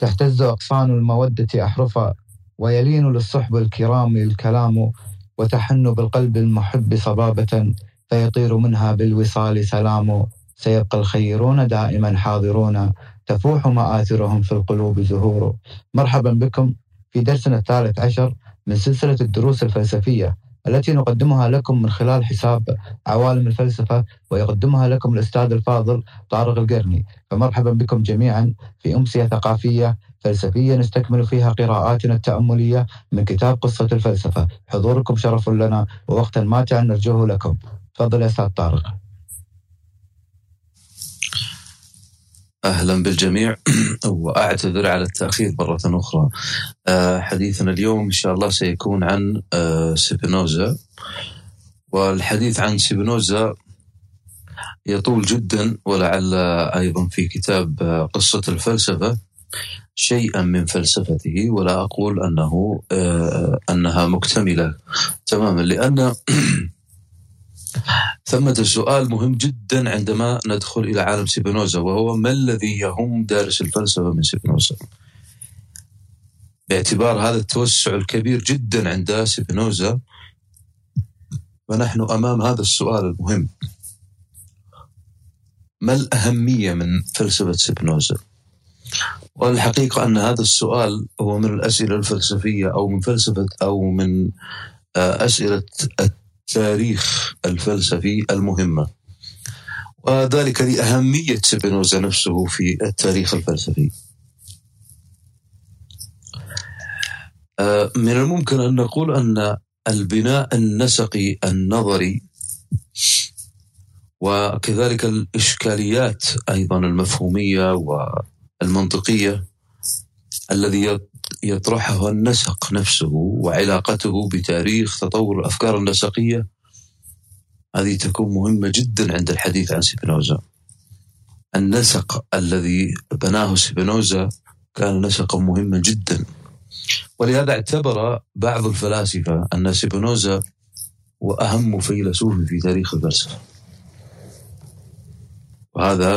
تهتز أغصان المودة أحرفا، ويلين للصحب الكرام الكلام، وتحن بالقلب المحب صبابة، فيطير منها بالوصال سلام. سيبقى الخيرون دائما حاضرون، تفوح مآثرهم في القلوب زهور. مرحبا بكم في درسنا 13 من سلسلة الدروس الفلسفية التي نقدمها لكم من خلال حساب عوالم الفلسفة، ويقدمها لكم الأستاذ الفاضل طارق القرني. فمرحبا بكم جميعا في أمسية ثقافية فلسفية نستكمل فيها قراءاتنا التأملية من كتاب قصة الفلسفة. حضوركم شرف لنا ووقتا ماتع نرجوه لكم. تفضل يا أستاذ طارق. أهلا بالجميع وأعتذر على التأخير مرة أخرى. حديثنا اليوم إن شاء الله سيكون عن سبينوزا، والحديث عن سبينوزا يطول جدا، ولعل أيضا في كتاب قصة الفلسفة شيئا من فلسفته، ولا أقول أنها مكتملة تماما، لأن ثمة سؤال مهم جدا عندما ندخل إلى عالم سبينوزا، وهو ما الذي يهم دارس الفلسفة من سبينوزا؟ باعتبار هذا التوسع الكبير جدا عند سبينوزا، ونحن أمام هذا السؤال المهم: ما الأهمية من فلسفة سبينوزا؟ والحقيقة أن هذا السؤال هو من الأسئلة الفلسفية أو من أسئلة التاريخ الفلسفي المهمة، وذلك لأهمية سبينوزا نفسه في التاريخ الفلسفي. من الممكن أن نقول أن البناء النسقي النظري وكذلك الإشكاليات أيضا المفهومية والمنطقية الذي يطرحها النسق نفسه وعلاقته بتاريخ تطور الأفكار النسقية، هذه تكون مهمة جدا عند الحديث عن سبينوزا. النسق الذي بناه سبينوزا كان نسقا مهما جدا، ولهذا اعتبر بعض الفلاسفة أن سبينوزا هو أهم فيلسوف في تاريخ الفلسفة، وهذا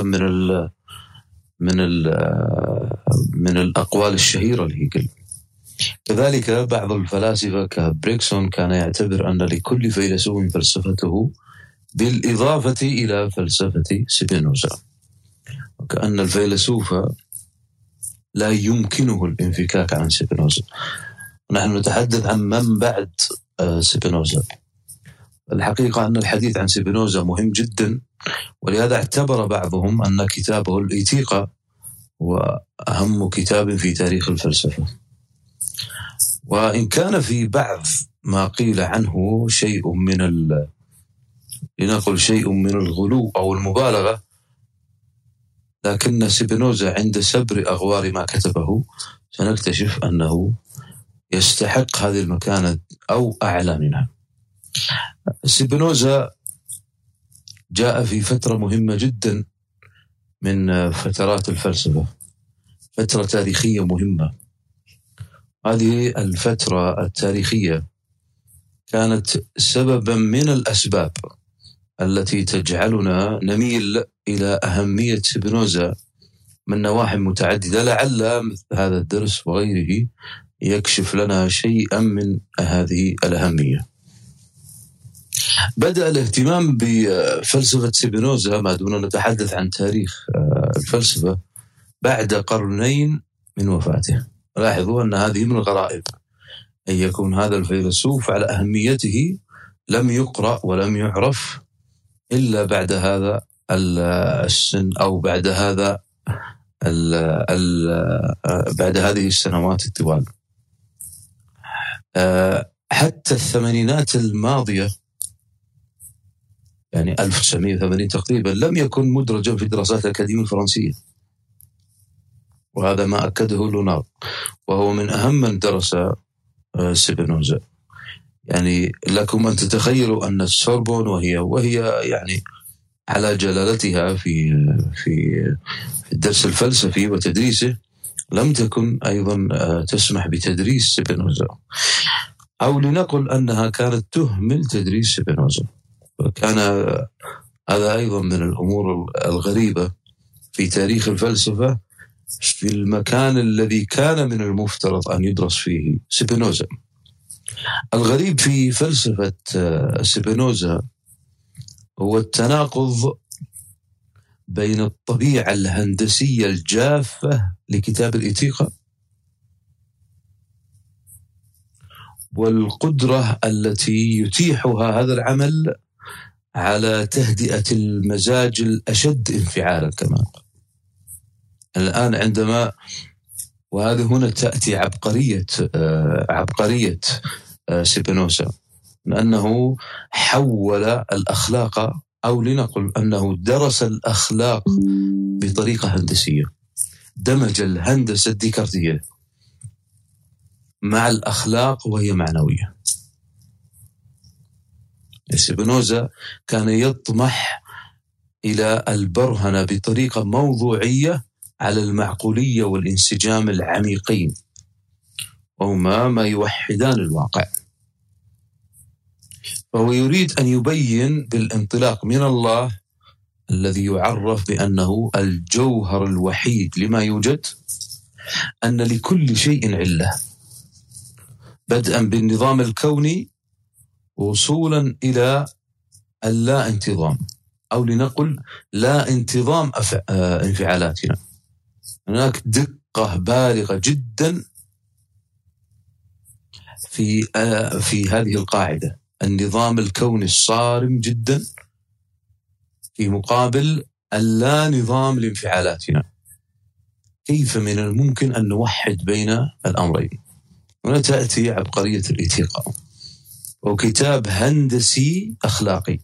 من الأقوال الشهيرة لهيجل. كذلك بعض الفلاسفة كبريكسون كان يعتبر أن لكل فيلسوف فلسفته بالإضافة إلى فلسفة سبينوزا، وكأن الفيلسوف لا يمكنه الانفكاك عن سبينوزا. نحن نتحدث عن من بعد سبينوزا. الحقيقة أن الحديث عن سبينوزا مهم جدا، ولهذا اعتبر بعضهم أن كتابه الإيثيقا هو أهم كتاب في تاريخ الفلسفة. وإن كان في بعض ما قيل عنه شيء لنقل شيء من الغلو أو المبالغة، لكن سبينوزا عند سبر أغوار ما كتبه سنكتشف أنه يستحق هذه المكانة أو أعلى منها. سبينوزا جاء في فترة مهمة جدا من فترات الفلسفة، فترة تاريخية مهمة. هذه الفترة التاريخية كانت سببا من الأسباب التي تجعلنا نميل إلى أهمية سبينوزا من نواحي متعددة. لعل هذا الدرس وغيره يكشف لنا شيئا من هذه الأهمية. بدأ الاهتمام بفلسفة سبينوزا، ما دون نتحدث عن تاريخ الفلسفة، بعد قرنين من وفاته. لاحظوا أن هذه من الغرائب، أن يكون هذا الفيلسوف على أهميته لم يقرأ ولم يعرف إلا بعد هذا السن، أو بعد هذه السنوات الطوال. حتى الثمانينات الماضية، يعني 1980 تقريبا، لم يكن مدرجا في الدراسات الأكاديمية الفرنسية، وهذا ما أكده لونار، وهو من أهم من درس سبينوزا. يعني لكم أن تتخيلوا أن السوربون وهي يعني على جلالتها في الدرس الفلسفي وتدريسه، لم تكن أيضا تسمح بتدريس سبينوزا، أو لنقل أنها كانت تهمل تدريس سبينوزا. وكان هذا أيضا من الأمور الغريبة في تاريخ الفلسفة، في المكان الذي كان من المفترض أن يدرس فيه سبينوزا. الغريب في فلسفة سبينوزا هو التناقض بين الطبيعة الهندسية الجافة لكتاب الإتيقة والقدرة التي يتيحها هذا العمل على تهدئة المزاج الأشد انفعالا كمان. الآن عندما وهذا هنا تأتي عبقرية سبينوزا، لأنه حول الأخلاق، أو لنقل أنه درس الأخلاق بطريقة هندسية، دمج الهندسة الديكارتية مع الأخلاق وهي معنوية. سبينوزا كان يطمح إلى البرهنة بطريقة موضوعية على المعقولية والانسجام العميقين، وهما ما يوحدان الواقع. فهو يريد أن يبين بالانطلاق من الله الذي يعرف بأنه الجوهر الوحيد لما يوجد، أن لكل شيء علة، بدءا بالنظام الكوني وصولا إلى اللا انتظام، أو لنقل لا انتظام انفعالاتنا. هناك دقة بالغة جدا في هذه القاعدة، النظام الكوني الصارم جدا في مقابل اللا نظام لانفعالاتنا. كيف من الممكن أن نوحد بين الأمرين؟ هنا تأتي عبقرية الإتيقة، وكتاب هندسي أخلاقي.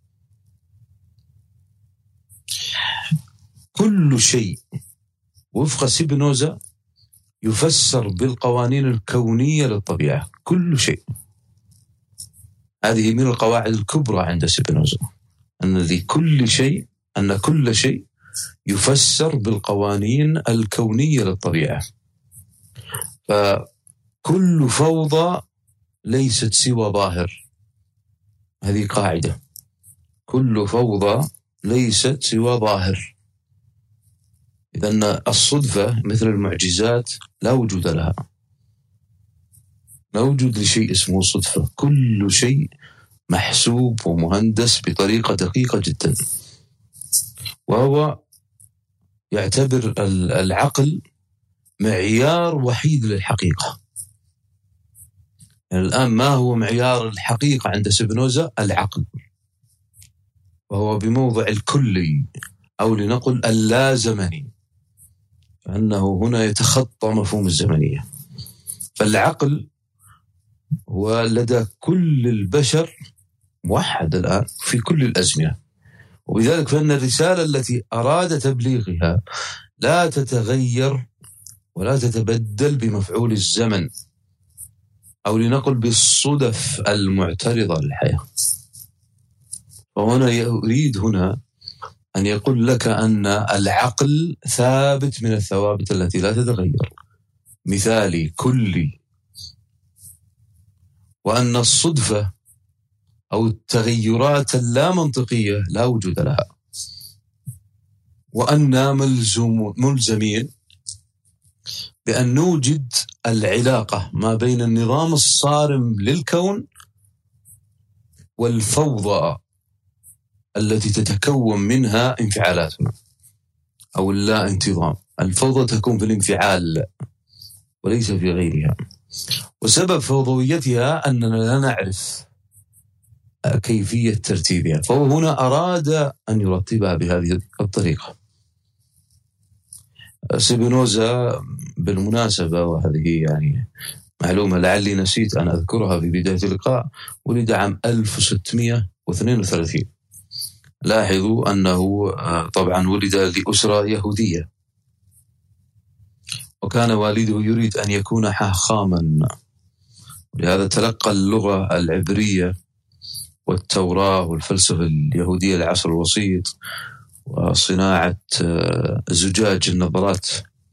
كل شيء وفق سبينوزا يفسر بالقوانين الكونية للطبيعة، كل شيء. هذه من القواعد الكبرى عند سبينوزا، أن كل شيء يفسر بالقوانين الكونية للطبيعة. فكل فوضى ليست سوى ظاهر، هذه قاعدة، كل فوضى ليست سوى ظاهر. إذن الصدفة مثل المعجزات لا وجود لها، لا وجود لشيء اسمه صدفة، كل شيء محسوب ومهندس بطريقة دقيقة جدا. وهو يعتبر العقل معيار وحيد للحقيقة. يعني الآن ما هو معيار الحقيقة عند سبينوزا؟ العقل، وهو بموضع الكلي، أو لنقل اللا زمني، فأنه هنا يتخطى مفهوم الزمنية. فالعقل هو لدى كل البشر موحد الآن في كل الأزمنة، وبذلك فإن الرسالة التي أراد تبليغها لا تتغير ولا تتبدل بمفعول الزمن، أو لنقل بالصدف المعترضة للحياة. وهنا يريد هنا أن يقول لك أن العقل ثابت من الثوابت التي لا تتغير، مثالي كلي، وأن الصدفة أو التغيرات اللا منطقية لا وجود لها، وأننا ملزمين بأن نوجد العلاقة ما بين النظام الصارم للكون والفوضى التي تتكون منها انفعالاتنا، أو اللا انتظام. الفوضى تكون في الانفعال وليس في غيرها، وسبب فوضويتها أننا لا نعرف كيفية ترتيبها، فهو هنا أراد أن يرتبها بهذه الطريقة. سبينوزا بالمناسبة، وهذه يعني معلومة لعلي نسيت أن أذكرها في بداية اللقاء، ولد عام 1632. لاحظوا أنه طبعا ولد لأسرة يهودية، وكان والده يريد أن يكون حاخاما، ولهذا تلقى اللغة العبرية والتوراة والفلسفة اليهودية العصر الوسيط وصناعة زجاج النظرات،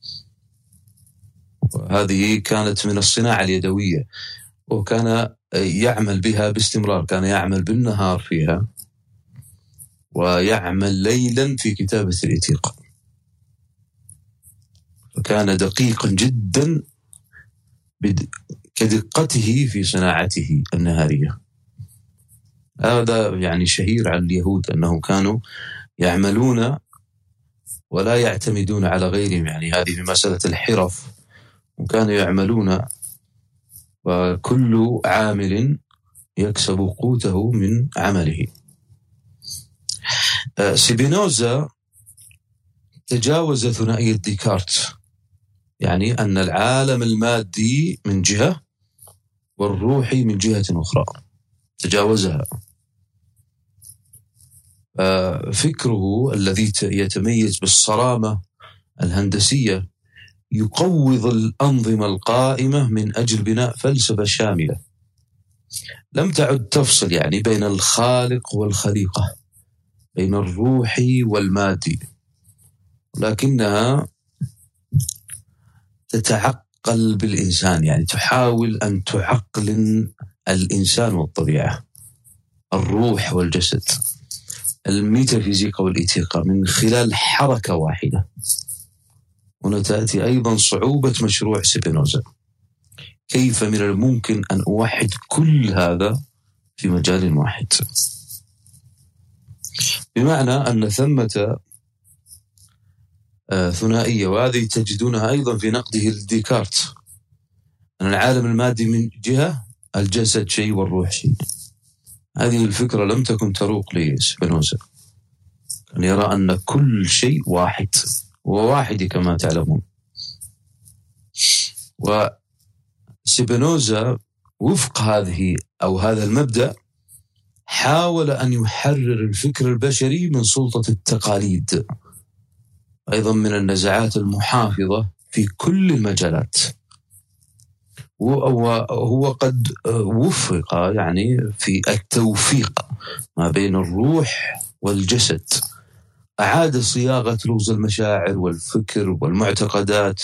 وهذه كانت من الصناعة اليدوية، وكان يعمل بها باستمرار، كان يعمل بالنهار فيها ويعمل ليلا في كتابة الإتيقة. وكان دقيقا جدا كدقته في صناعته النهارية. هذا يعني شهير عن اليهود أنهم كانوا يعملون ولا يعتمدون على غيرهم، يعني هذه مسألة الحرف، وكانوا يعملون وكل عامل يكسب قوته من عمله. سبينوزا تجاوز ثنائية ديكارت، يعني أن العالم المادي من جهة والروحي من جهة أخرى، تجاوزها. فكره الذي يتميز بالصرامة الهندسية يقوض الأنظمة القائمة من أجل بناء فلسفة شاملة لم تعد تفصل يعني بين الخالق والخليقة، بين الروحي والمادي، لكنها تتعقل بالإنسان، يعني تحاول أن تعقلن الإنسان والطبيعة، الروح والجسد، الميتافيزيقا والإيثيقا من خلال حركة واحدة. هنا تأتي أيضا صعوبة مشروع سبينوزا، كيف من الممكن أن أوحد كل هذا في مجال واحد؟ بمعنى أن ثمة ثنائية، وهذه تجدونها أيضا في نقده لديكارت، أن العالم المادي من جهة، الجسد شيء والروح شيء. هذه الفكرة لم تكن تروق لسبينوزا، أن يرى أن كل شيء واحد وواحد كما تعلمون. وسبينوزا وفق هذه أو هذا المبدأ حاول أن يحرر الفكر البشري من سلطة التقاليد، أيضا من النزعات المحافظة في كل المجالات. وهو قد وفق يعني في التوفيق ما بين الروح والجسد، أعاد صياغة لغز المشاعر والفكر والمعتقدات.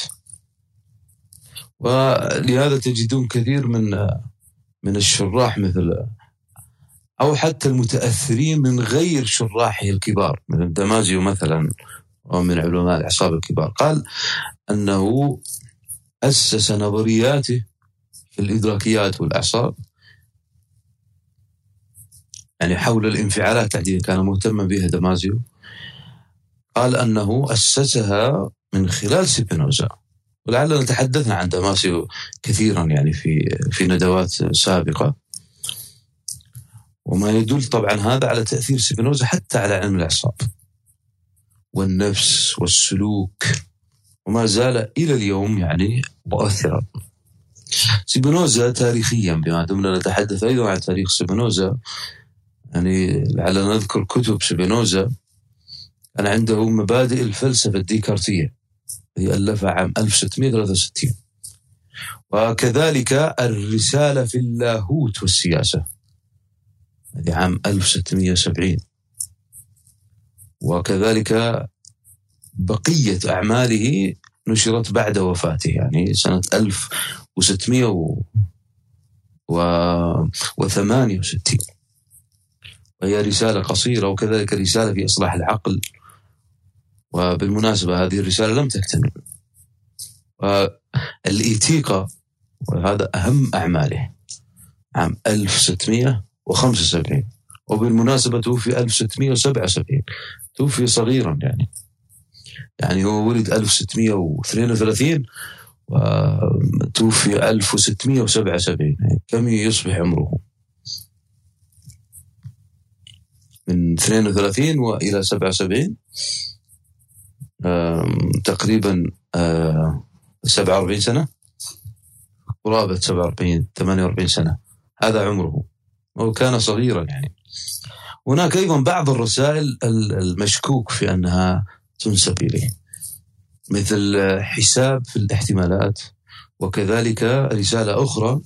ولهذا تجدون كثير من الشراح مثل أو حتى المتأثرين من غير شراحه الكبار مثل دامازيو مثلا، ومن علماء الأعصاب الكبار، قال أنه أسس نظرياته في الإدراكيات والأعصاب يعني حول الانفعالات تحديدا، كان مهتما بها دامازيو، قال أنه أسسها من خلال سبينوزا. ولعلنا تحدثنا عن دامازيو كثيرا يعني في ندوات سابقة، وما يدل طبعا هذا على تأثير سبينوزا حتى على علم الأعصاب والنفس والسلوك، وما زال إلى اليوم يعني مؤثرا. سبينوزا تاريخيا، بما دمنا نتحدث أيضا عن تاريخ سبينوزا، يعني لعلنا نذكر كتب سبينوزا. كان عنده مبادئ الفلسفة الديكارتية التي ألفها عام 1663، وكذلك الرسالة في اللاهوت والسياسة هذه عام 1670، وكذلك بقية أعماله نشرت بعد وفاته يعني سنة 1668، وهي رسالة قصيرة، وكذلك رسالة في إصلاح العقل. وبالمناسبة هذه الرسالة لم تكتمل. والإيثيقا وهذا أهم أعماله عام 1675، وبالمناسبة توفي 1677، توفي صغيرا يعني هو ولد 1632 وتوفي 1677، كم يصبح عمره؟ من 32 وإلى 77 تقريبا 47 سنة، قرابة 48 سنة، هذا عمره، وكان صغيرا يعني. هناك أيضا بعض الرسائل المشكوك في أنها تنسب إليه، مثل حساب في الاحتمالات، وكذلك رسالة أخرى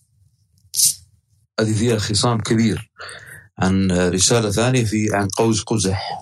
هذه فيها خصام كبير، عن رسالة ثانية عن قوس قزح،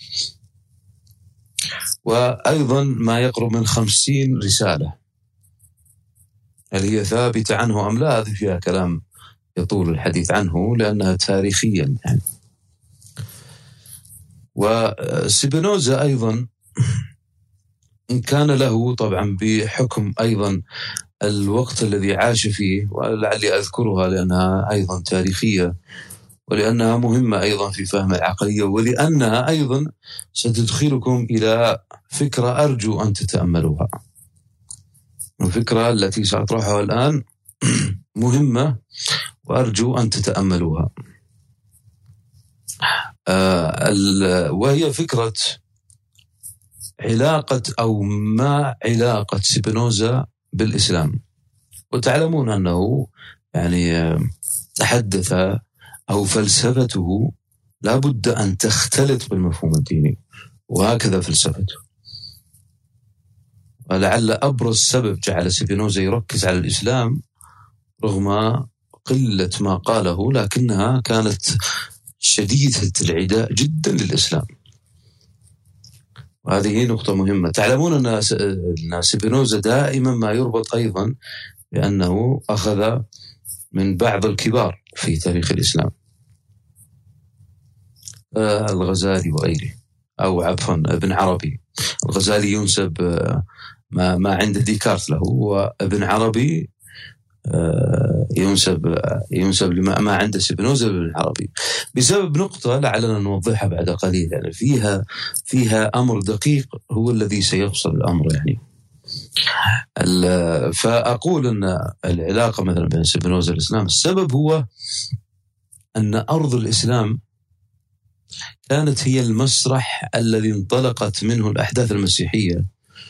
وأيضا ما يقرب من 50 رسالة. هل هي ثابتة عنه أم لا؟ هذه فيها كلام يطول الحديث عنه لأنها تاريخيا يعني. وسبينوزا أيضا كان له طبعا بحكم أيضا الوقت الذي عاش فيه، ولعلي أذكرها لأنها أيضا تاريخية، ولأنها مهمة أيضا في فهم العقلية، ولأنها أيضا ستدخلكم إلى فكرة أرجو أن تتأملوها. الفكرة التي سأطرحها الآن مهمة وأرجو أن تتأملوها، وهي فكرة علاقة أو ما علاقة سبينوزا بالإسلام. وتعلمون أنه يعني تحدث أو فلسفته لابد أن تختلط بالمفهوم الديني، وهكذا فلسفته. ولعل أبرز سبب جعل سبينوزا يركز على الإسلام رغم قلة ما قاله، لكنها كانت شديدة العداء جدا للإسلام، وهذه نقطة مهمة. تعلمون أن سبينوزا دائما ما يربط أيضا بأنه أخذ من بعض الكبار في تاريخ الإسلام، الغزالي وغيره، أو عفوا ابن عربي. الغزالي ينسب ما عند ديكارت له، وابن عربي ينسب لما عند سبينوزا بن عربي، بسبب نقطة لعلنا نوضحها بعد قليل. يعني فيها أمر دقيق هو الذي سيفصل الأمر. يعني فأقول أن العلاقة مثلا بين سبينوزا والإسلام، السبب هو أن أرض الإسلام كانت هي المسرح الذي انطلقت منه الأحداث المسيحية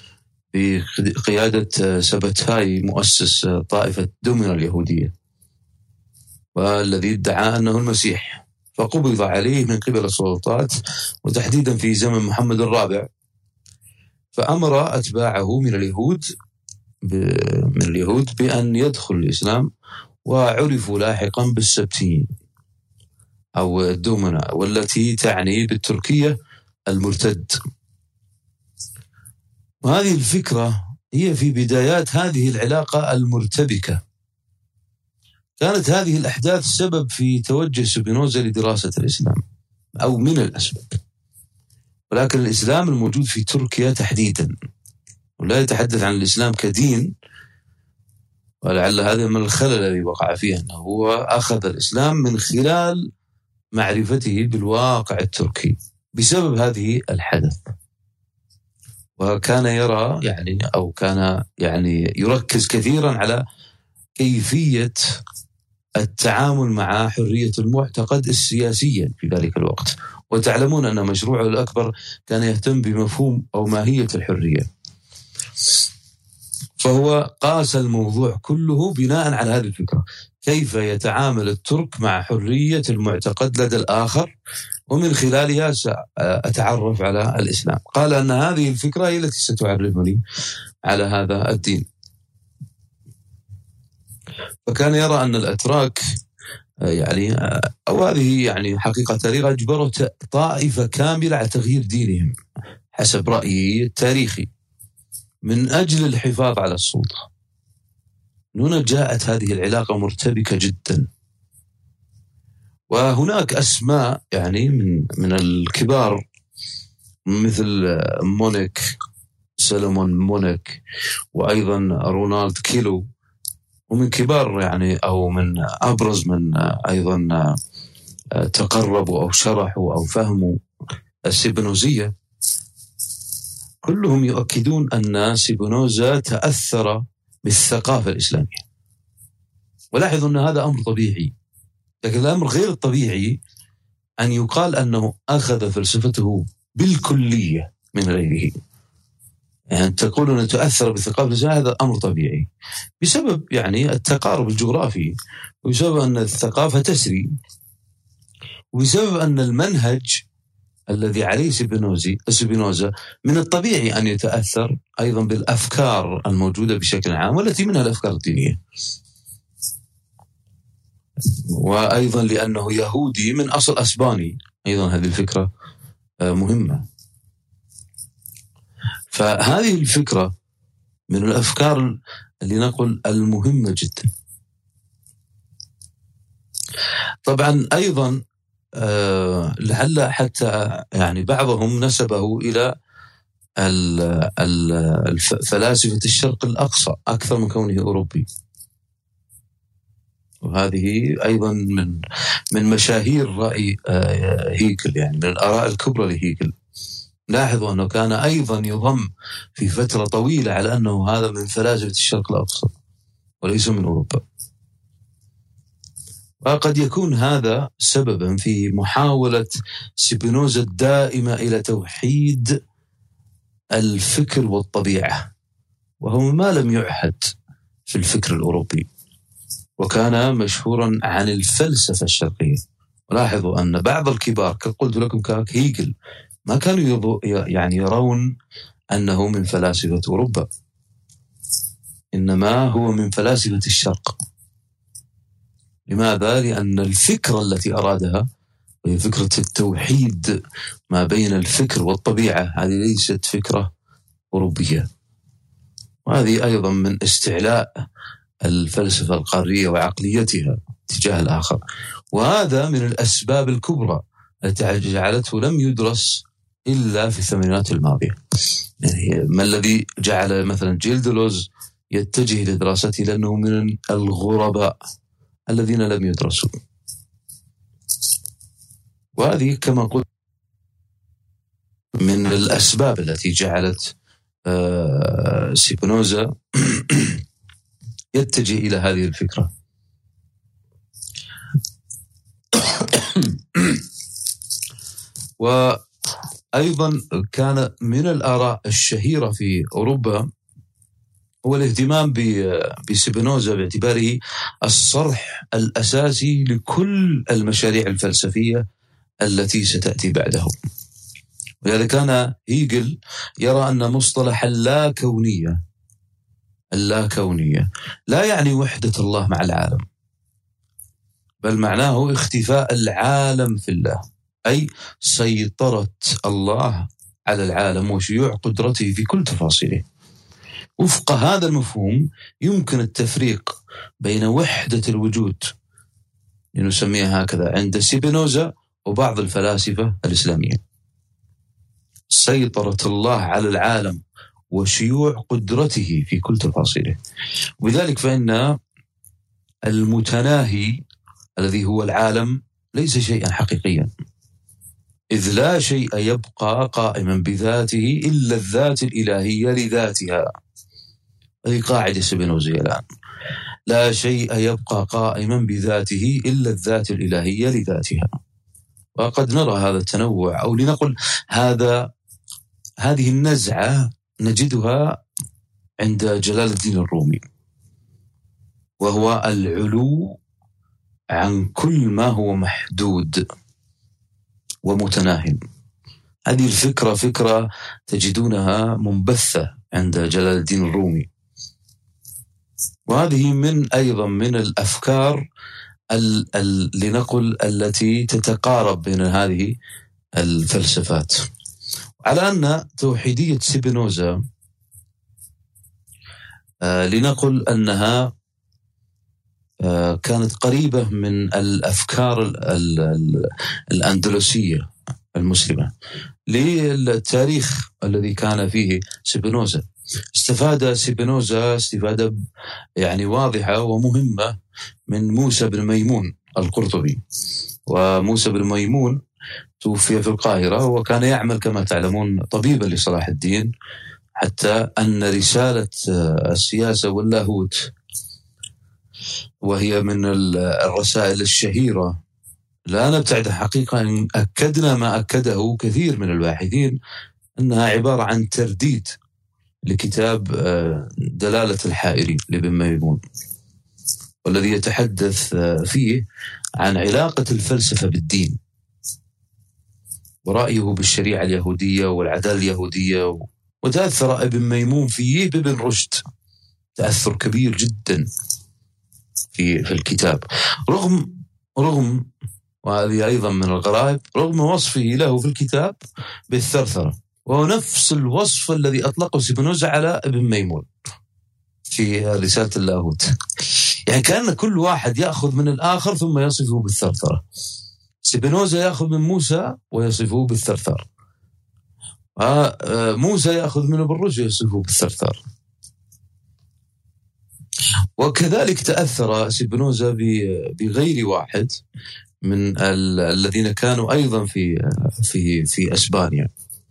بقيادة سبتاي مؤسس طائفة دومينا اليهودية، والذي ادعى أنه المسيح، فقبض عليه من قبل السلطات، وتحديدا في زمن محمد الرابع، فأمر أتباعه من اليهود بأن يدخل الإسلام، وعرفوا لاحقا بالسبتيين أو الدومنا، والتي تعني بالتركية المرتد. وهذه الفكرة هي في بدايات هذه العلاقة المرتبكة. كانت هذه الأحداث سبب في توجه سبينوزا لدراسة الإسلام، أو من الأسباب، ولكن الإسلام الموجود في تركيا تحديدا، ولا يتحدث عن الإسلام كدين، ولعل هذا من الخلل الذي وقع فيه، أنه هو أخذ الإسلام من خلال معرفته بالواقع التركي بسبب هذه الحدث. وكان يرى أو كان يركز كثيرا على كيفية التعامل مع حرية المعتقد السياسية في ذلك الوقت. وتعلمون أن مشروعه الأكبر كان يهتم بمفهوم أو ماهية الحرية، فهو قاس الموضوع كله بناء على هذه الفكرة: كيف يتعامل الترك مع حرية المعتقد لدى الآخر، ومن خلالها سأتعرف على الإسلام. قال أن هذه الفكرة هي التي ستعرفني على هذا الدين. فكان يرى أن الأتراك أو هذه حقيقة تاريخ، أجبرت طائفة كاملة على تغيير دينهم حسب رأيي التاريخي من أجل الحفاظ على السلطة. هنا جاءت هذه العلاقة مرتبكة جدا. وهناك أسماء من الكبار مثل مونيك، سلمون مونيك، وأيضا رونالد كيلو، ومن كبار أو من أبرز من أيضا تقربوا أو شرحوا أو فهموا السبينوزية، كلهم يؤكدون أن سبينوزا تأثر بالثقافة الإسلامية. ولاحظوا أن هذا أمر طبيعي، لكن الأمر غير الطبيعي أن يقال أنه أخذ فلسفته بالكلية من غيره. تقول أنه تأثر بالثقافة الإسلامية، هذا أمر طبيعي بسبب التقارب الجغرافي، وبسبب أن الثقافة تسري، وبسبب أن المنهج الذي عليه سبينوزا من الطبيعي أن يتأثر أيضا بالأفكار الموجودة بشكل عام، والتي منها الأفكار الدينية. وأيضا لأنه يهودي من أصل أسباني، أيضا هذه الفكرة مهمة. فهذه الفكرة من الأفكار اللي نقول المهمة جدا. طبعا أيضا لعل حتى بعضهم نسبه إلى فلاسفة الشرق الأقصى أكثر من كونه أوروبي. وهذه أيضا من مشاهير رأي هيجل، يعني من الآراء الكبرى لهيجل. لاحظوا أنه كان أيضا يضم في فترة طويلة على أنه هذا من فلاسفة الشرق الأقصى وليس من أوروبا. وقد يكون هذا سببا في محاولة سبينوزا الدائمة إلى توحيد الفكر والطبيعة، وهو ما لم يعهد في الفكر الأوروبي، وكان مشهورا عن الفلسفة الشرقية. ولاحظوا أن بعض الكبار قلت لكم كهيجل ما كانوا يعني يرون أنه من فلاسفة أوروبا، إنما هو من فلاسفة الشرق. لماذا؟ لأن الفكرة التي أرادها وهي فكرة التوحيد ما بين الفكر والطبيعة، هذه ليست فكرة أوروبية. وهذه أيضا من استعلاء الفلسفة القارية وعقليتها تجاه الآخر. وهذا من الأسباب الكبرى التي جعلته لم يدرس إلا في الثمانينات الماضية. يعني ما الذي جعل مثلا جيل ديلوز يتجه لدراسته؟ لأنه من الغرباء الذين لم يدرسوا. وهذه كما قلت من الأسباب التي جعلت سبينوزا يتجه إلى هذه الفكرة. وأيضا كان من الآراء الشهيرة في أوروبا هو الاهتمام بسبينوزا باعتباره الصرح الأساسي لكل المشاريع الفلسفية التي ستأتي بعده. ولذلك كان هيجل يرى أن مصطلح اللاكونية لا يعني وحدة الله مع العالم، بل معناه اختفاء العالم في الله، أي سيطرة الله على العالم وشيوع قدرته في كل تفاصيله. وفق هذا المفهوم يمكن التفريق بين وحدة الوجود لنسميها هكذا عند سبينوزا وبعض الفلاسفة الإسلاميين، سيطرة الله على العالم وشيوع قدرته في كل تفاصيله. وبذلك فإن المتناهي الذي هو العالم ليس شيئا حقيقيا، إذ لا شيء يبقى قائما بذاته إلا الذات الإلهية لذاتها. هذه قاعدة سبينوزية الآن، لا شيء يبقى قائما بذاته إلا الذات الإلهية لذاتها. وقد نرى هذا التنوع، أو لنقل هذه النزعة نجدها عند جلال الدين الرومي، وهو العلو عن كل ما هو محدود ومتناهي. هذه الفكرة فكرة تجدونها منبثة عند جلال الدين الرومي، وهذه أيضا من الأفكار لنقل التي تتقارب بين هذه الفلسفات. على أن توحيدية سبينوزا لنقل أنها كانت قريبة من الأفكار الأندلسية المسلمة للتاريخ الذي كان فيه سبينوزا. استفاد سبينوزا استفادة يعني واضحة ومهمة من موسى بن ميمون القرطبي. وموسى بن ميمون توفي في القاهرة، وكان يعمل كما تعلمون طبيبا لصلاح الدين، حتى أن رسالة السياسة واللاهوت، وهي من الرسائل الشهيرة لا نبتعد حقيقة إن أكدنا ما أكده كثير من الباحثين، أنها عبارة عن ترديد لكتاب دلالة الحائرين لابن ميمون، والذي يتحدث فيه عن علاقة الفلسفة بالدين ورأيه بالشريعة اليهودية والعدالة اليهودية. وتأثر ابن ميمون فيه بابن رشد تأثر كبير جدا في الكتاب، رغم وهذه أيضا من الغرائب، رغم وصفه له في الكتاب بالثرثرة، وهو نفس الوصف الذي أطلقه سبينوزا على ابن ميمون في رسالة اللاهوت. يعني كان كل واحد يأخذ من الآخر ثم يصفه بالثرثرة. سبينوزا يأخذ من موسى ويصفه بالثرثر، موسى يأخذ منه بالرشد ويصفه بالثرثار. وكذلك تأثر سبينوزا بغير واحد من الذين كانوا أيضا في أسبانيا.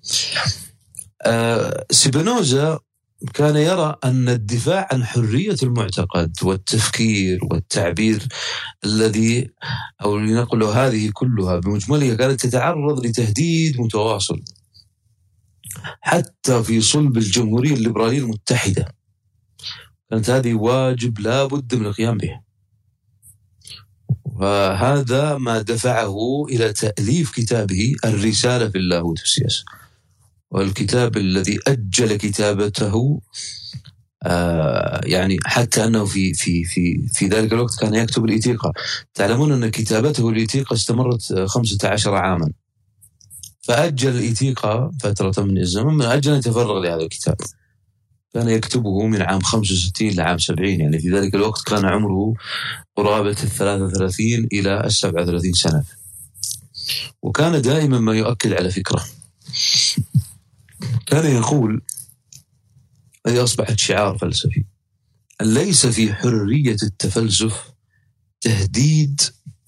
سبينوزا كان يرى أن الدفاع عن حرية المعتقد والتفكير والتعبير الذي أو لنقل هذه كلها بمجملها كانت تتعرض لتهديد متواصل حتى في صلب الجمهورية الليبرالية المتحدة. كانت هذه واجب لا بد من القيام به، وهذا ما دفعه إلى تأليف كتابه الرسالة في اللاهوت والسياسة، والكتاب الذي أجل كتابته يعني حتى أنه في ذلك الوقت كان يكتب الإتيقة. تعلمون أن كتابته الإتيقة استمرت 15 عاما، فأجل الإتيقة فترة من الزمن من أجل أن يتفرغ لهذا الكتاب. كان يكتبه من عام 65 لعام 70، يعني في ذلك الوقت كان عمره قرابة 33 إلى 37 سنة. وكان دائما ما يؤكد على فكرة، كان يقول، هذه أصبحت شعار فلسفي: ليس في حرية التفلسف تهديد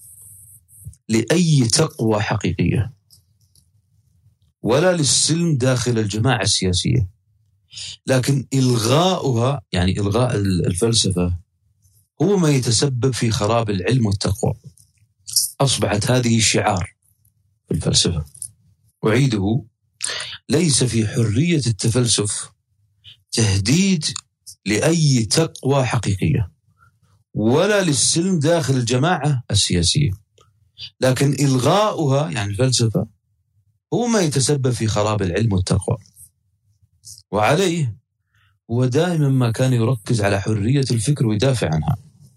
لأي تقوى حقيقية ولا للسلم داخل الجماعة السياسية، لكن إلغاؤها، يعني إلغاء الفلسفة، هو ما يتسبب في خراب العلم والتقوى. أصبحت هذه شعار في الفلسفة. أعيده: ليس في حرية التفلسف تهديد لأي تقوى حقيقية ولا للسلم داخل الجماعة السياسية، لكن إلغاؤها، يعني الفلسفة، هو ما يتسبب في خراب العلم والتقوى. وعليه هو دائما ما كان يركز على حرية الفكر ويدافع عنها.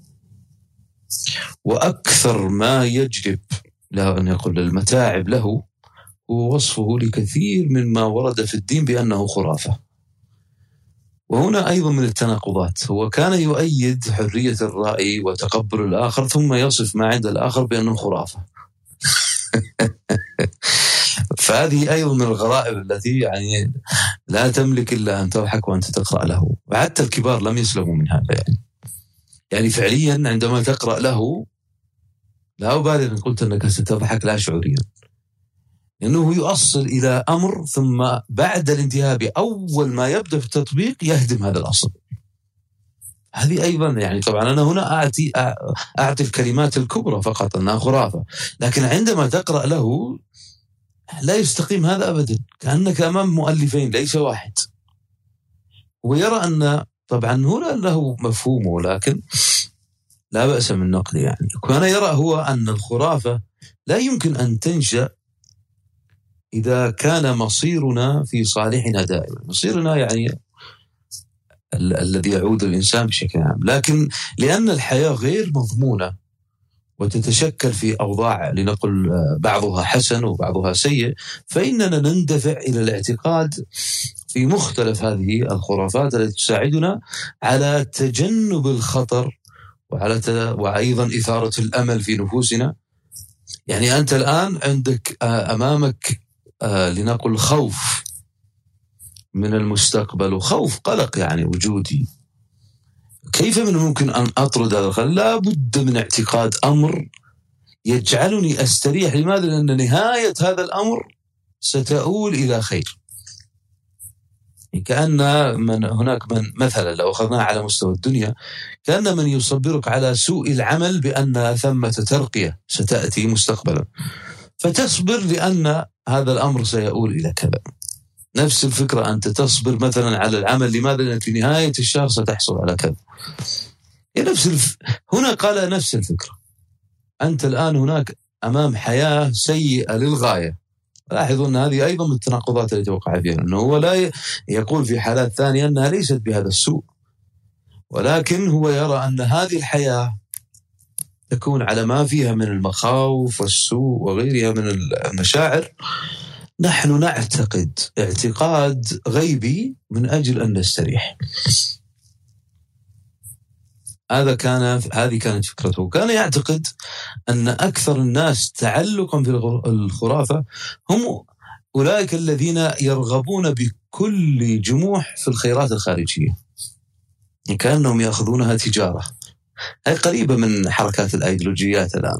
وأكثر ما يجلب له أن يقول المتاعب له هو وصفه لكثير مما ورد في الدين بأنه خرافة. وهنا أيضا من التناقضات، هو كان يؤيد حرية الرأي وتقبل الآخر ثم يصف ما عند الآخر بأنه خرافة. فهذه أيضا من الغرائب التي يعني لا تملك إلا أن تضحك وأنت تقرأ له، وحتى الكبار لم يسلموا من هذا. يعني فعليا عندما تقرأ له لا أبالغ إن قلت أنك ستضحك لا شعوريا، لأنه يؤصل إلى أمر ثم بعد الانتهاء بأول ما يبدأ في التطبيق يهدم هذا الأصل. هذه أيضا يعني طبعا أنا هنا أعطي الكلمات الكبرى فقط أنها خرافة، لكن عندما تقرأ له لا يستقيم هذا أبدا، كأنك أمام مؤلفين ليس واحد. ويرى أن طبعا هنا له مفهومه، لكن لا بأس من نقله. يعني كان يرى هو أن الخرافة لا يمكن أن تنشأ إذا كان مصيرنا في صالحنا دائما. مصيرنا يعني الذي يعود الإنسان بشكل عام، لكن لأن الحياة غير مضمونة وتتشكل في أوضاع لنقل بعضها حسن وبعضها سيء، فإننا نندفع إلى الاعتقاد في مختلف هذه الخرافات التي تساعدنا على تجنب الخطر وأيضا إثارة الأمل في نفوسنا. يعني أنت الآن عندك أمامك لنقل خوف من المستقبل وخوف قلق يعني وجودي. كيف من ممكن أن أطرد هذا الخلل؟ لا بد من اعتقاد أمر يجعلني أستريح. لماذا؟ لأن نهاية هذا الأمر ستؤول إلى خير. كأن هناك من مثلا لو أخذناه على مستوى الدنيا، كأن من يصبرك على سوء العمل بأن ثمة ترقية ستأتي مستقبلا، فتصبر لأن هذا الأمر سيؤول إلى كذا. نفس الفكرة، أنت تصبر مثلا على العمل، لماذا؟ لأن في نهاية الشهر ستحصل على كذا. هنا قال نفس الفكرة. أنت الآن هناك أمام حياة سيئة للغاية. لاحظوا أن هذه أيضا من التناقضات التي وقع فيها، أنه هو لا يقول في حالات ثانية أنها ليست بهذا السوء، ولكن هو يرى أن هذه الحياة تكون على ما فيها من المخاوف والسوء وغيرها من المشاعر. نحن نعتقد اعتقاد غيبي من أجل أن نستريح. هذه كانت فكرته. كان يعتقد أن أكثر الناس تعلقا في الخرافة هم أولئك الذين يرغبون بكل جموح في الخيرات الخارجية، كأنهم يأخذونها تجارة. هي قريبة من حركات الأيديولوجيات الآن.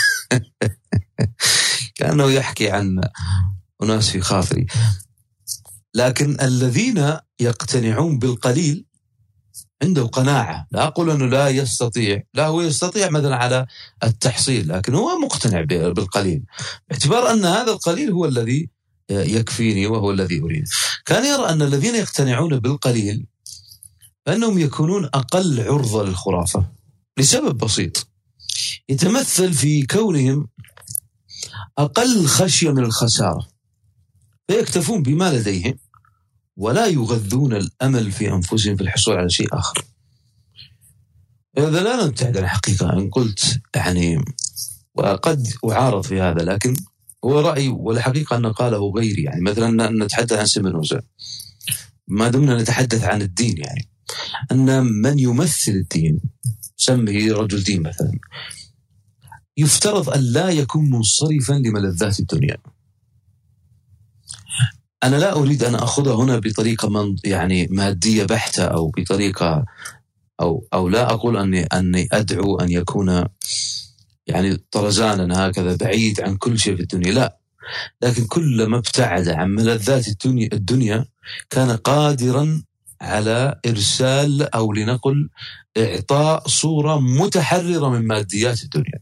كأنه يحكي عن أناس في خاطري. لكن الذين يقتنعون بالقليل عنده قناعة. لا أقول أنه لا يستطيع، لا، هو يستطيع مثلا على التحصيل، لكن هو مقتنع بالقليل، باعتبار أن هذا القليل هو الذي يكفيني وهو الذي أريد. كان يرى أن الذين يقتنعون بالقليل فأنهم يكونون أقل عرضة للخرافة، لسبب بسيط يتمثل في كونهم أقل خشية من الخسارة، فيكتفون بما لديهم ولا يغذون الأمل في أنفسهم في الحصول على شيء آخر. هذا لا نبتعد عن الحقيقة إن قلت يعني، وقد أعارض في هذا، لكن هو رأي والحقيقة أن قاله غيري. يعني مثلا نتحدث عن سبينوزا، ما دمنا نتحدث عن الدين، يعني أن من يمثل الدين، سمه رجل دين مثلا، يفترض أن لا يكون منصرفا لملذات الدنيا. أنا لا أريد أن أخذها هنا بطريقة يعني مادية بحتة، أو بطريقة أو لا أقول أني أدعو أن يكون يعني طرزانا هكذا بعيد عن كل شيء في الدنيا، لا، لكن كلما ابتعد عن ملذات الدنيا كان قادرا على إرسال أو لنقل إعطاء صورة متحررة من ماديات الدنيا.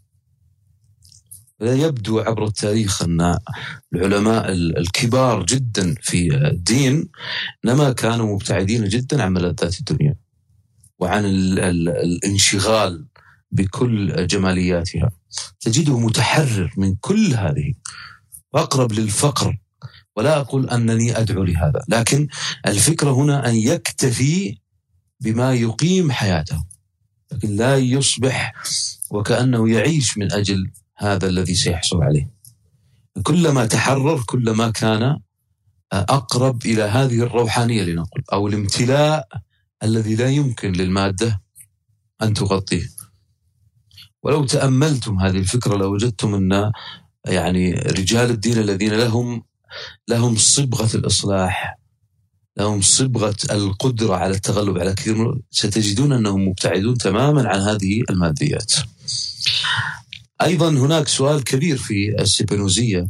لا يبدو عبر التاريخ أن العلماء الكبار جدا في الدين إنما كانوا مبتعدين جدا عن ملذات الدنيا وعن الانشغال بكل جمالياتها. تجده متحرر من كل هذه وأقرب للفقر. ولا أقول أنني أدعو لهذا، لكن الفكرة هنا أن يكتفي بما يقيم حياته، لكن لا يصبح وكأنه يعيش من أجل هذا الذي سيحصل عليه. كلما تحرر كلما كان أقرب إلى هذه الروحانية لنقول، أو الامتلاء الذي لا يمكن للمادة أن تغطيه. ولو تأملتم هذه الفكرة لوجدتم أن يعني رجال الدين الذين لهم صبغة الإصلاح، لهم صبغة القدرة على التغلب على كثير، ستجدون أنهم مبتعدون تماما عن هذه الماديات. أيضا هناك سؤال كبير في السبينوزية،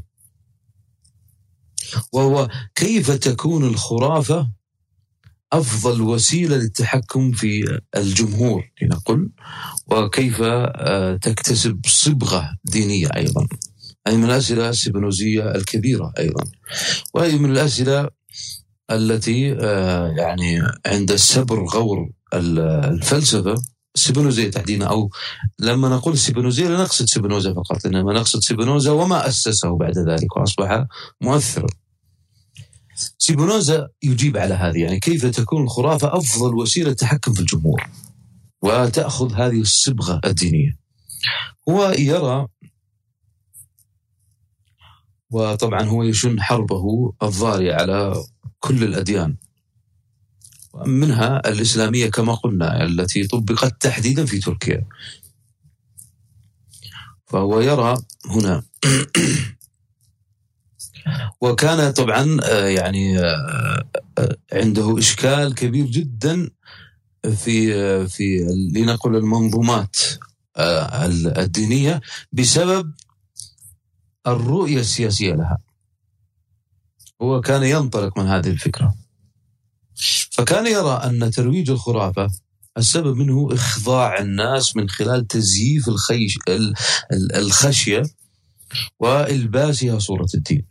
وهو كيف تكون الخرافة أفضل وسيلة للتحكم في الجمهور لنقل، وكيف تكتسب صبغة دينية أيضا. أي من الأسئلة السبينوزية الكبيرة أيضا، وهي من الأسئلة التي يعني عند السبر غور الفلسفة السبينوزية تحديدا، أو لما نقول السبينوزية لا نقصد سبينوزا فقط، إنما نقصد سبينوزا وما أسسه بعد ذلك وأصبح مؤثرا. سبينوزا يجيب على هذه، يعني كيف تكون الخرافة أفضل وسيلة تحكم في الجمهور وتأخذ هذه الصبغة الدينية. هو يرى، وطبعا هو يشن حربه الضارية على كل الأديان، منها الإسلامية كما قلنا التي طبقت تحديدا في تركيا. فهو يرى هنا وكان طبعا يعني عنده إشكال كبير جدا في لنقل المنظومات الدينية بسبب الرؤية السياسية لها. هو كان ينطلق من هذه الفكرة، فكان يرى أن ترويج الخرافة السبب منه إخضاع الناس من خلال تزييف الخشية وإلباسها صورة الدين،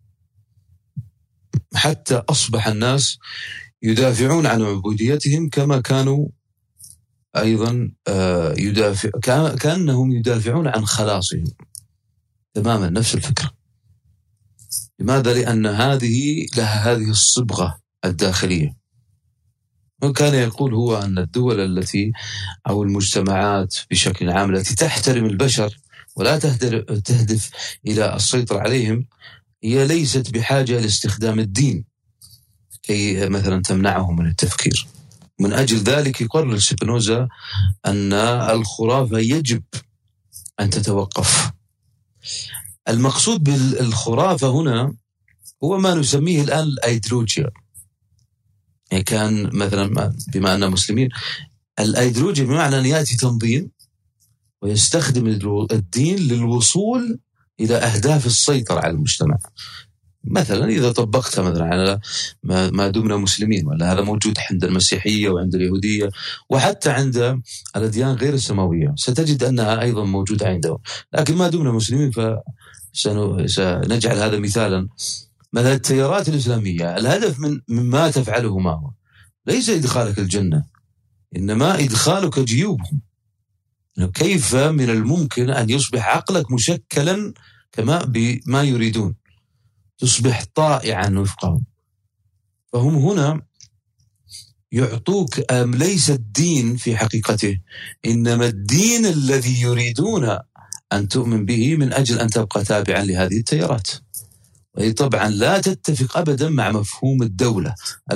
حتى أصبح الناس يدافعون عن عبوديتهم كما كانوا أيضا كأنهم يدافعون عن خلاصهم تماما، نفس الفكرة. لماذا؟ لأن هذه لها هذه الصبغة الداخلية. وكان يقول هو أن الدول التي أو المجتمعات بشكل عام التي تحترم البشر ولا تهدف إلى السيطرة عليهم هي ليست بحاجة لاستخدام الدين كي مثلا تمنعهم من التفكير. من أجل ذلك يقرر سبينوزا أن الخرافة يجب أن تتوقف. المقصود بالخرافة هنا هو ما نسميه الآن الأيديولوجيا. يعني كان مثلا بما أننا مسلمين، الأيديولوجيا بمعنى أن يأتي تنظيم ويستخدم الدين للوصول إلى أهداف السيطرة على المجتمع. مثلا إذا طبقتها مثلا على ما دمنا مسلمين، ولا هذا موجود عند المسيحية وعند اليهودية وحتى عند الأديان غير السماوية، ستجد أنها أيضا موجودة عندهم. لكن ما دمنا مسلمين فسنجعل هذا مثالا. مثلا التيارات الإسلامية، الهدف مما تفعله ما هو؟ ليس إدخالك الجنة، إنما إدخالك جيوبهم. كيف من الممكن أن يصبح عقلك مشكلا بما يريدون، تصبح طائعا وفقهم. فهم هنا يعطوك ليس الدين في حقيقته، إنما الدين الذي يريدون أن تؤمن به من أجل أن تبقى تابعا لهذه التيارات. وهي طبعا لا تتفق أبدا مع مفهوم الدولة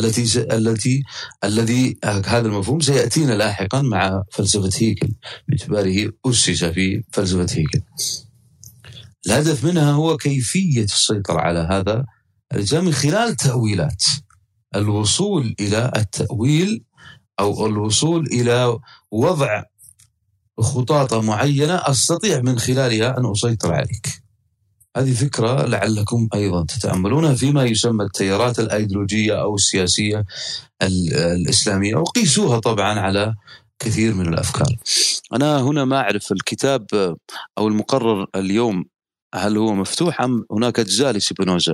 الذي هذا المفهوم سيأتينا لاحقا مع فلسفة هيجل، باعتباره أسس في فلسفة هيجل. الهدف منها هو كيفية السيطرة على هذا الإنسان من خلال تأويلات، الوصول إلى التأويل أو الوصول إلى وضع خطاطة معينة أستطيع من خلالها أن أسيطر عليك. هذه فكرة لعلكم أيضا تتأملونها فيما يسمى التيارات الأيديولوجية أو السياسية الإسلامية، وقيسوها طبعا على كثير من الأفكار. أنا هنا ما أعرف الكتاب أو المقرر اليوم هل هو مفتوح أم هناك أجزاء لسبينوزا؟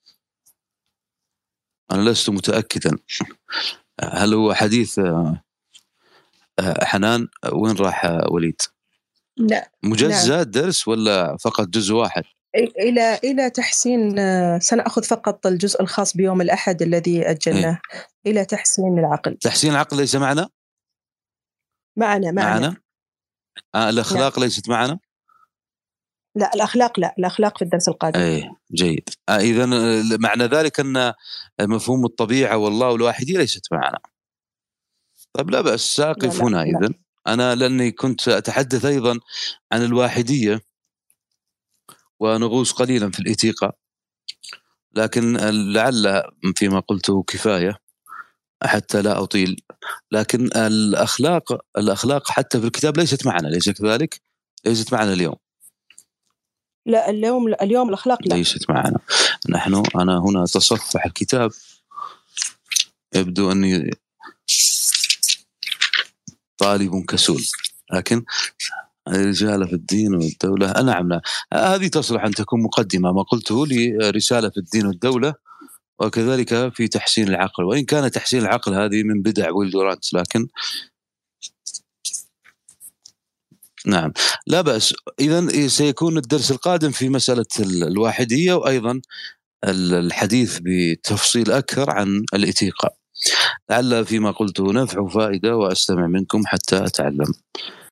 أنا لست متأكدا. هل هو حديث حنان؟ وين راح وليد؟ لا مجزأ درس ولا فقط جزء واحد؟ إلى تحسين. سنأخذ فقط الجزء الخاص بيوم الأحد الذي أجلناه. إلى تحسين العقل. تحسين العقل ليس معنا؟ معنا؟ الأخلاق ليست معنا؟ لا الأخلاق، لا الأخلاق في الدرس القادم. أي جيد. إذن معنى ذلك أن مفهوم الطبيعة والله الواحدية ليست معنا. طيب لا بأس، ساقف هنا. إذن أنا لأني كنت أتحدث أيضا عن الواحدية ونغوص قليلا في الإتيقة، لكن لعل فيما قلته كفاية حتى لا أطيل. لكن الأخلاق حتى في الكتاب ليست معنا، ليس كذلك؟ ليست معنا اليوم. لا اليوم الأخلاق لا. ليست معنا. أنا هنا أتصفح الكتاب، يبدو أني طالب كسول، لكن رسالة في الدين والدولة. نعم، هذه تصلح أن تكون مقدمة ما قلته لرسالة في الدين والدولة، وكذلك في تحسين العقل. وإن كان تحسين العقل هذه من بدع ويل دورانت، لكن نعم لا بأس. إذن سيكون الدرس القادم في مسألة الواحدية، وأيضا الحديث بتفصيل أكثر عن الإتيقاء. لعل فيما قلته نفع وفائدة، وأستمع منكم حتى أتعلم.